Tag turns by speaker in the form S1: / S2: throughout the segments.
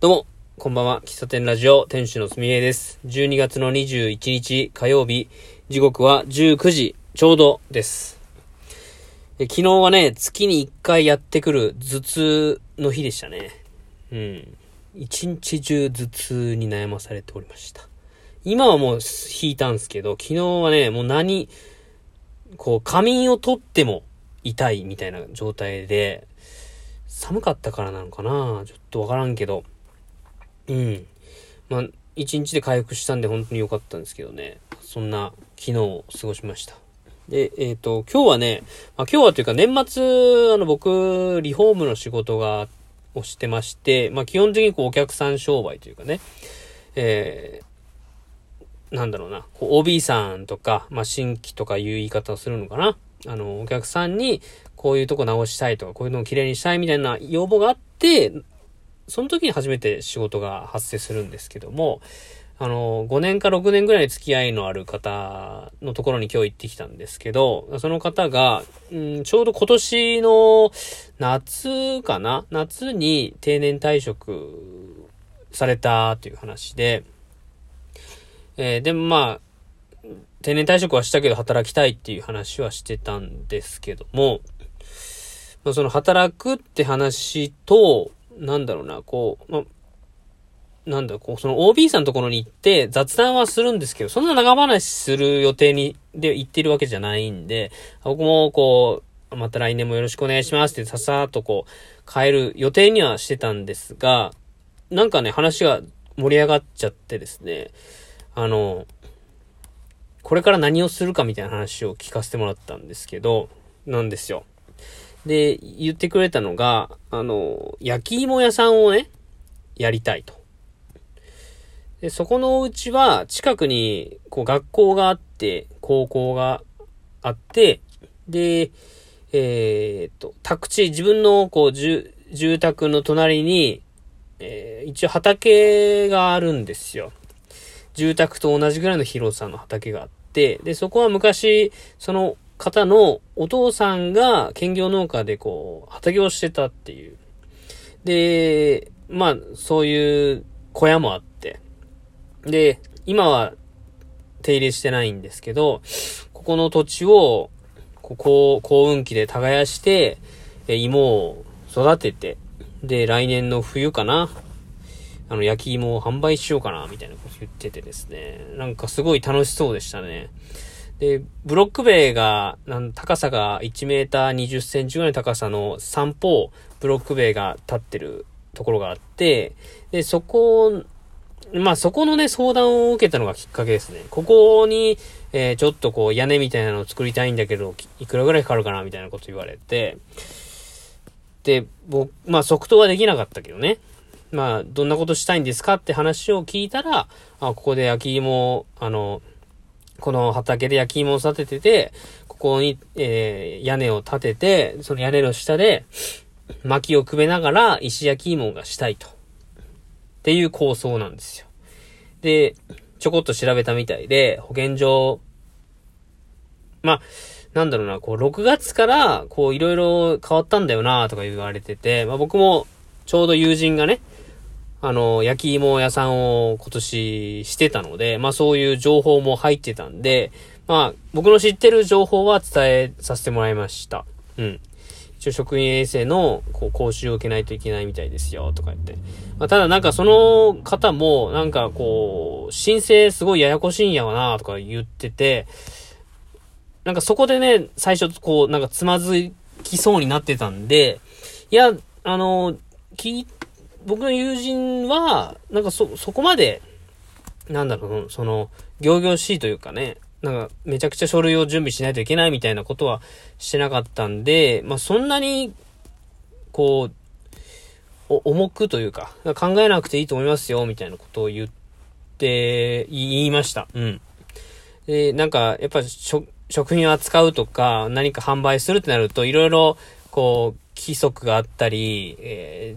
S1: どうも、こんばんは。喫茶店ラジオ、店主のすみえです。12月の21日火曜日、時刻は19時ちょうどです。昨日はね、月に1回やってくる頭痛の日でしたね。一日中頭痛に悩まされておりました。今はもう引いたんですけど、昨日はね、もう仮眠をとっても痛いみたいな状態で、寒かったからなのかな、ちょっとわからんけど。一日で回復したんで本当に良かったんですけどね。そんな昨日を過ごしました。で、今日はね、今日はというか年末、僕、リフォームの仕事をしてまして、基本的にお客さん商売というかね、OB さんとか、新規とかいう言い方をするのかな。お客さんにこういうとこ直したいとか、こういうのをきれいにしたいみたいな要望があって、その時に初めて仕事が発生するんですけども、5年か6年ぐらい付き合いのある方のところに今日行ってきたんですけど、その方が、ちょうど今年の夏に定年退職されたという話で、定年退職はしたけど働きたいっていう話はしてたんですけども、その働くって話と、その OB さんのところに行って雑談はするんですけど、そんな長話する予定で行ってるわけじゃないんで、僕もまた来年もよろしくお願いしますってささーっと変える予定にはしてたんですが、話が盛り上がっちゃってですね、これから何をするかみたいな話を聞かせてもらったんですけど、なんですよ。で、言ってくれたのが、焼き芋屋さんをね、やりたいと。で、そこのうちは、近くに、学校があって、高校があって、で、自分の、住宅の隣に、一応畑があるんですよ。住宅と同じぐらいの広さの畑があって、で、そこは昔、その方のお父さんが兼業農家で畑をしてたっていう。で、そういう小屋もあって。で、今は手入れしてないんですけど、ここの土地を、耕運機で耕して、芋を育てて、で、来年の冬かな、焼き芋を販売しようかな、みたいなこと言っててですね。すごい楽しそうでしたね。で、ブロック塀が、高さが1メーター20センチぐらいの高さの3方、ブロック塀が立ってるところがあって、で、そこのね、相談を受けたのがきっかけですね。ここに、ちょっと屋根みたいなのを作りたいんだけど、いくらぐらいかかるかな、みたいなこと言われて、で、即答はできなかったけどね。どんなことしたいんですかって話を聞いたら、ここで焼き芋を、この畑で焼き芋を育ててて、ここに、屋根を立てて、その屋根の下で、薪をくべながら石焼き芋がしたいと。っていう構想なんですよ。で、ちょこっと調べたみたいで、保健所、6月から、いろいろ変わったんだよなとか言われてて、僕も、ちょうど友人がね、焼き芋屋さんを今年してたので、そういう情報も入ってたんで、僕の知ってる情報は伝えさせてもらいました。一応職員衛生の講習を受けないといけないみたいですよ、とか言って。ただその方も、申請すごいややこしいんやわな、とか言ってて、そこでね、最初つまずきそうになってたんで、いや、僕の友人は、そこまで、仰々しいというかね、めちゃくちゃ書類を準備しないといけないみたいなことはしてなかったんで、そんなに、重くというか、考えなくていいと思いますよ、みたいなことを言いました。で、やっぱ食品を扱うとか、何か販売するってなると、いろいろ、規則があったり、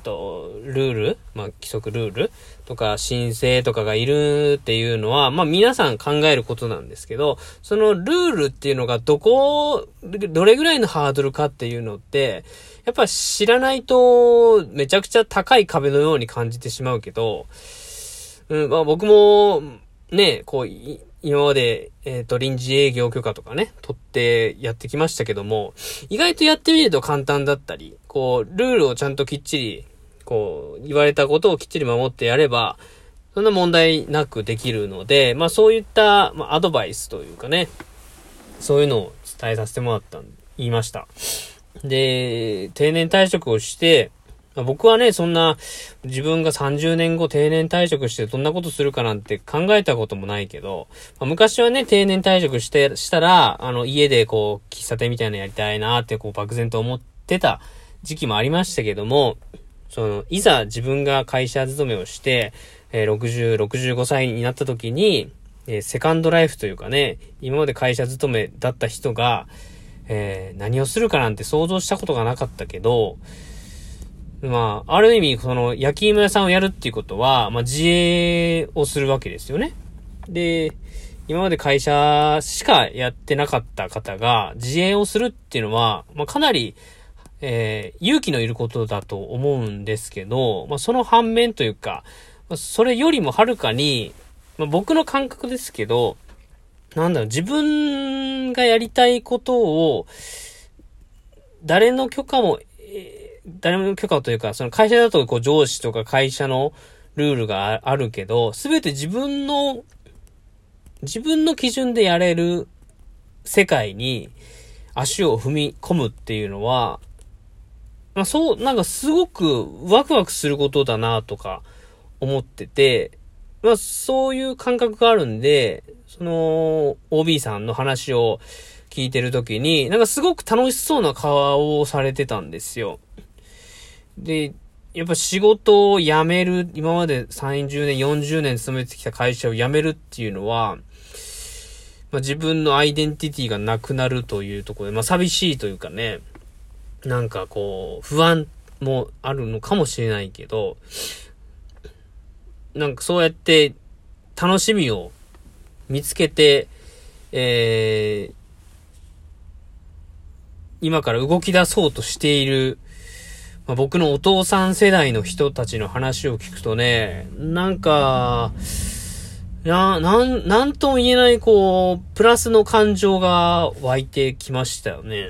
S1: ルール、規則ルールとか申請とかがいるっていうのは、皆さん考えることなんですけど、そのルールっていうのがどれぐらいのハードルかっていうのって、やっぱ知らないとめちゃくちゃ高い壁のように感じてしまうけど、僕もね、今まで、臨時営業許可とかね、取ってやってきましたけども、意外とやってみると簡単だったり、ルールをちゃんときっちり、言われたことをきっちり守ってやれば、そんな問題なくできるので、そういった、アドバイスというかね、そういうのを伝えさせてもら言いました。で、定年退職をして、僕はね、そんな、自分が30年後定年退職してどんなことするかなんて考えたこともないけど、昔はね、定年退職したら、家で喫茶店みたいなのやりたいなって漠然と思ってた時期もありましたけども、いざ自分が会社勤めをして、65歳になった時に、セカンドライフというかね、今まで会社勤めだった人が、何をするかなんて想像したことがなかったけど、ある意味、焼き芋屋さんをやるっていうことは、自営をするわけですよね。で、今まで会社しかやってなかった方が、自営をするっていうのは、かなり、勇気のいることだと思うんですけど、その反面というか、それよりもはるかに、僕の感覚ですけど、自分がやりたいことを、誰の許可というか、その会社だと上司とか会社のルールがあるけど、すべて自分の基準でやれる世界に足を踏み込むっていうのは、すごくワクワクすることだなとか思ってて、そういう感覚があるんで、OB さんの話を聞いてるときに、すごく楽しそうな顔をされてたんですよ。で、やっぱ仕事を辞める、今まで30年、40年勤めてきた会社を辞めるっていうのは、自分のアイデンティティがなくなるというところで、寂しいというかね、不安もあるのかもしれないけど、そうやって楽しみを見つけて、今から動き出そうとしている、僕のお父さん世代の人たちの話を聞くとね、なんとも言えないプラスの感情が湧いてきましたよね。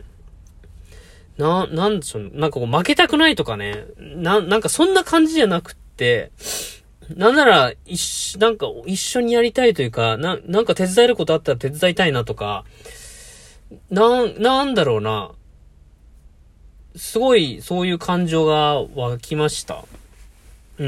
S1: 負けたくないとかね、そんな感じじゃなくって、なんなら、一緒にやりたいというか、手伝えることあったら手伝いたいなとか、なんだろうな。すごい、そういう感情が湧きました。うん。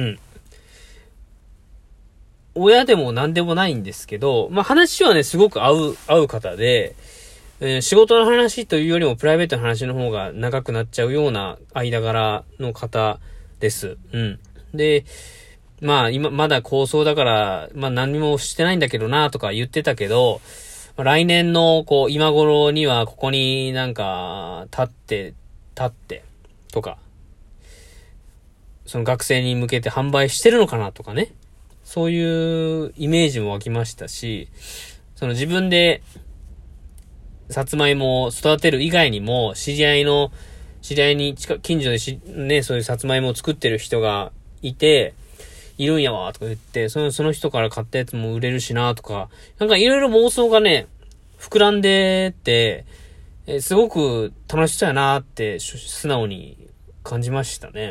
S1: 親でも何でもないんですけど、話はね、すごく合う方で、仕事の話というよりもプライベートの話の方が長くなっちゃうような間柄の方です。うん。で、今、まだ構想だから、何もしてないんだけどなとか言ってたけど、来年の、今頃にはここに立ってとか、その学生に向けて販売してるのかなとかね。そういうイメージも湧きましたし、自分で、さつまいもを育てる以外にも、知り合いに近所でそういうさつまいもを作ってる人がいるんやわ、とか言って、その人から買ったやつも売れるしな、とか、いろいろ妄想がね、膨らんでて、すごく楽しそうやなって素直に感じましたね。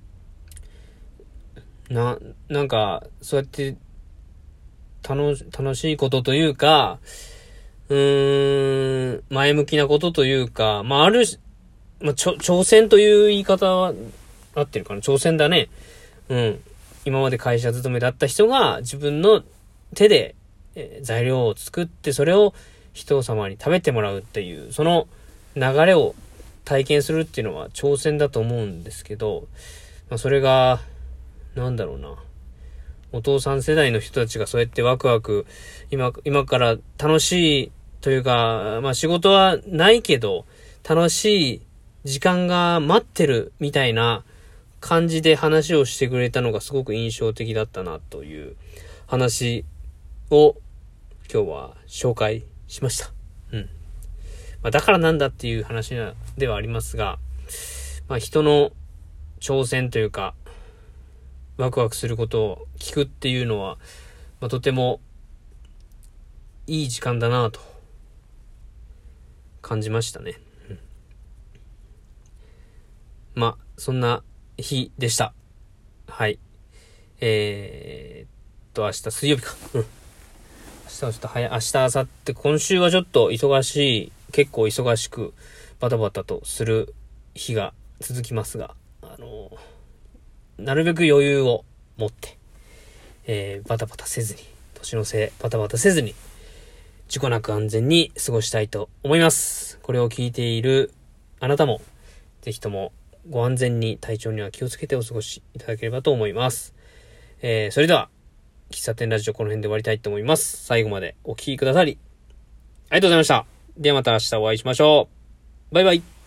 S1: そうやって楽しいことというか、前向きなことというか、挑戦という言い方は合ってるかな。挑戦だね。今まで会社勤めだった人が自分の手で、材料を作ってそれを人様に食べてもらうっていう、その流れを体験するっていうのは挑戦だと思うんですけど、それが、お父さん世代の人たちがそうやってワクワク、今から楽しいというか、仕事はないけど、楽しい時間が待ってるみたいな感じで話をしてくれたのがすごく印象的だったなという話を今日は紹介しました。だからなんだっていう話ではありますが、人の挑戦というか、ワクワクすることを聞くっていうのは、とてもいい時間だなと感じましたね。そんな日でした。はい。明日水曜日か。明日はちょっと明日、明後日、今週はちょっと結構忙しくバタバタとする日が続きますが、なるべく余裕を持って、バタバタせずに、年のせいバタバタせずに、事故なく安全に過ごしたいと思います。これを聞いているあなたも、ぜひともご安全に体調には気をつけてお過ごしいただければと思います。それでは、喫茶店ラジオこの辺で終わりたいと思います。最後までお聞きくださり、ありがとうございました。ではまた明日お会いしましょう。バイバイ。